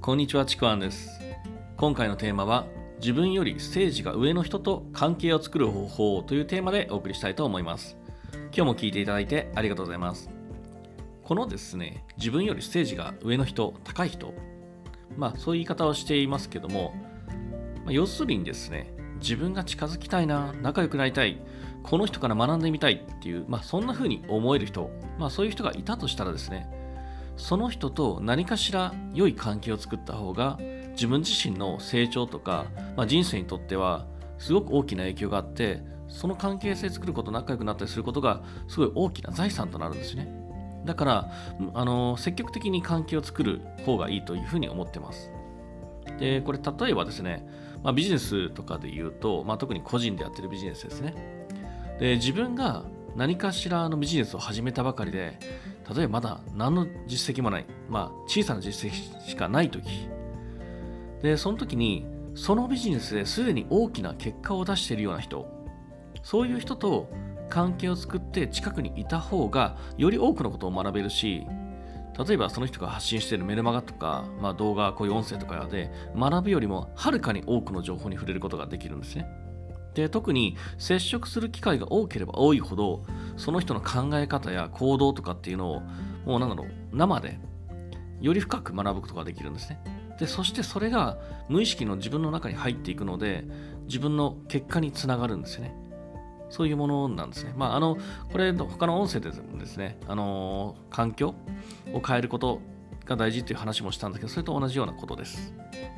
こんにちは、ちくわんです。今回のテーマは自分よりステージが上の人と関係を作る方法というテーマでお送りしたいと思います。今日も聞いていただいてありがとうございます。このですね、自分よりステージが上の人、高い人、そういう言い方をしていますけども、要するにですね、自分が近づきたいな、仲良くなりたい、この人から学んでみたいっていう、そんな風に思える人、そういう人がいたとしたらですね、その人と何かしら良い関係を作った方が自分自身の成長とか、人生にとってはすごく大きな影響があって、その関係性作ること、仲良くなったりすることがすごい大きな財産となるんですね。だから積極的に関係を作る方がいいというふうに思ってます。で、これ例えばですね、ビジネスとかで言うと、特に個人でやってるビジネスですね。で、自分が何かしらのビジネスを始めたばかりで、例えばまだ何の実績もない、小さな実績しかないときで、その時にそのビジネスですでに大きな結果を出しているような人、そういう人と関係を作って近くにいた方がより多くのことを学べるし、例えばその人が発信しているメルマガとか、動画、こういう音声とかで学ぶよりもはるかに多くの情報に触れることができるんですね。で、特に接触する機会が多ければ多いほど、その人の考え方や行動とかっていうのを生でより深く学ぶことができるんですね。で、そしてそれが無意識の自分の中に入っていくので、自分の結果につながるんですよね。そういうものなんですね。これ他の音声でもですね、環境を変えることが大事っていう話もしたんですけど、それと同じようなことです。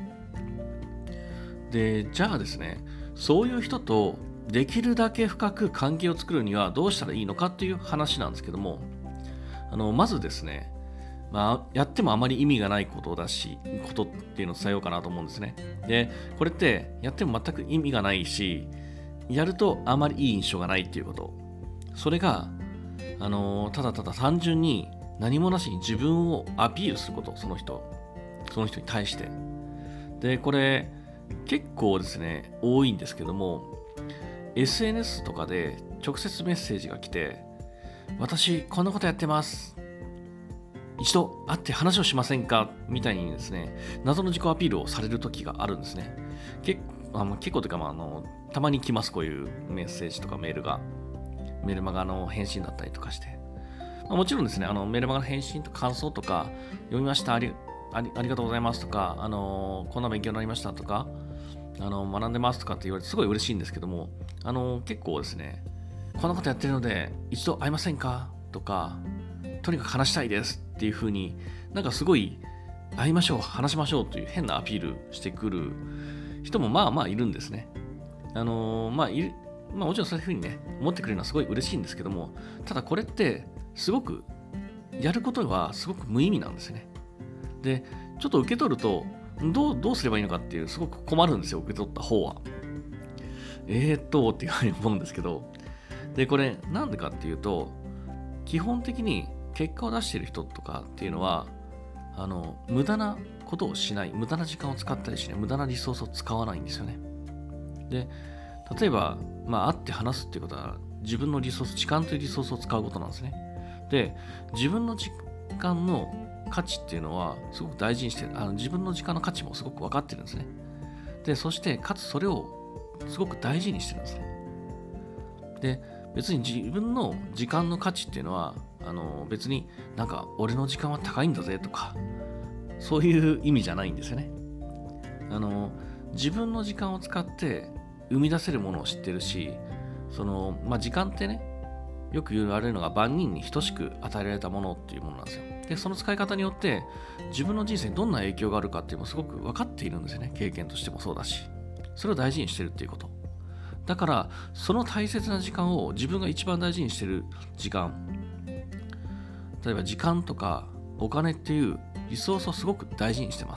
で、じゃあですね、そういう人とできるだけ深く関係を作るにはどうしたらいいのかっていう話なんですけども、まずですね、やってもあまり意味がないことっていうのを伝えようかなと思うんですね。で、これってやっても全く意味がないし、やるとあまりいい印象がないっていうこと。それが、ただただ単純に何もなしに自分をアピールすること、その人に対して。で、これ結構ですね、多いんですけども、SNS とかで直接メッセージが来て、私こんなことやってます、一度会って話をしませんかみたいにですね、謎の自己アピールをされる時があるんですね。結構というか、たまに来ます。こういうメッセージとかメルマガの返信だったりとかして、もちろんですね、メルマガの返信と感想とか、読みました、ありがとうございますとか、こんな勉強になりましたとか、学んでますとかって言われてすごい嬉しいんですけども、結構ですね、こんなことやってるので一度会いませんかとか、とにかく話したいですっていう風に、すごい会いましょう、話しましょうという変なアピールしてくる人もいるんですね。もちろんそういう風にね、思ってくれるのはすごい嬉しいんですけども、ただこれってすごくやることはすごく無意味なんですよね。で、ちょっと受け取るとどうすればいいのかっていう、すごく困るんですよ、受け取った方は。っていうふうに思うんですけど、で、これなんでかっていうと、基本的に結果を出している人とかっていうのは、無駄なことをしない、無駄な時間を使ったりしない、無駄なリソースを使わないんですよね。で、例えば、会って話すっていうことは、自分のリソース、時間というリソースを使うことなんですね。で、自分の時間の価値っていうのはすごく大事にしてる、自分の時間の価値もすごく分かってるんですね。で、そしてかつそれをすごく大事にしてるんですね。で、別に自分の時間の価値っていうのは別に俺の時間は高いんだぜとか、そういう意味じゃないんですよね。自分の時間を使って生み出せるものを知ってるし、時間ってね、よく言われるのが万人に等しく与えられたものっていうものなんですよ。で、その使い方によって自分の人生にどんな影響があるかっていうのもすごく分かっているんですよね。経験としてもそうだし、それを大事にしてるっていうこと。だから、その大切な時間を自分が一番大事にしてる時間、例えば時間とかお金っていうリソースをすごく大事にしてます。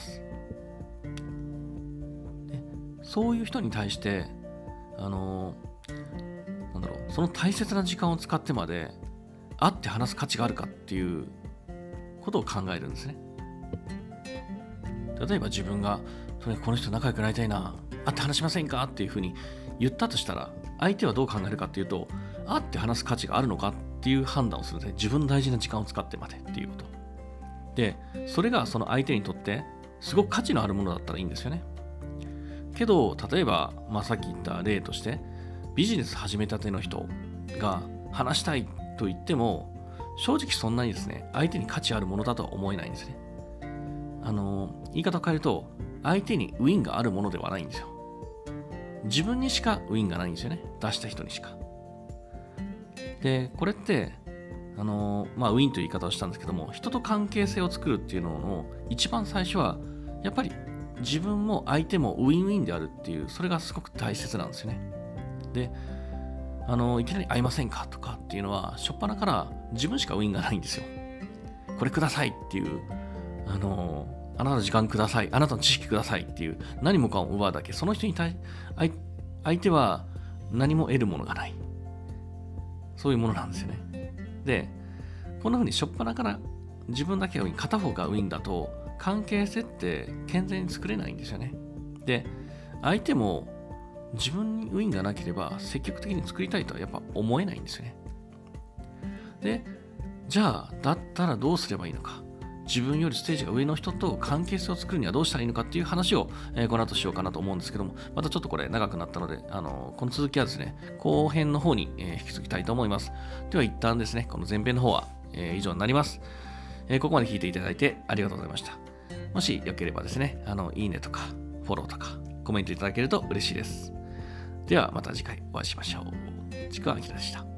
で、そういう人に対してその大切な時間を使ってまで会って話す価値があるかっていうことを考えるんですね。例えば自分がとにかくこの人仲良くなりたいな、会って話しませんかっていうふうに言ったとしたら、相手はどう考えるかっていうと、会って話す価値があるのかっていう判断をするので、自分の大事な時間を使ってまでっていうことで、それがその相手にとってすごく価値のあるものだったらいいんですよね。けど、例えば、さっき言った例として、ビジネス始めたての人が話したいと言っても、正直そんなにですね、相手に価値あるものだとは思えないんですね。言い方を変えると、相手にウィンがあるものではないんですよ。自分にしかウィンがないんですよね。出した人にしか。で、これって、ウィンという言い方をしたんですけども、人と関係性を作るっていうのの一番最初は、やっぱり自分も相手もウィンウィンであるっていう、それがすごく大切なんですよね。で、いきなり会いませんかとかっていうのは、初っ端から自分しかウィンがないんですよ。これくださいっていう、あなたの時間ください、あなたの知識くださいっていう何もかも奪うだけ、その人に相手は何も得るものがない。そういうものなんですよね。で、こんな風に初っ端から自分だけがウィン、片方がウィンだと関係性って健全に作れないんですよね。で、相手も自分にウィンがなければ積極的に作りたいとはやっぱ思えないんですよね。で、じゃあだったらどうすればいいのか。自分よりステージが上の人と関係性を作るにはどうしたらいいのかっていう話を、この後しようかなと思うんですけども、またちょっとこれ長くなったので、この続きはですね、後編の方に、引き継ぎたいと思います。では一旦ですね、この前編の方は、以上になります。ここまで聞いていただいてありがとうございました。もしよければですね、いいねとかフォローとかコメントいただけると嬉しいです。ではまた次回お会いしましょう。ちくわあきらでした。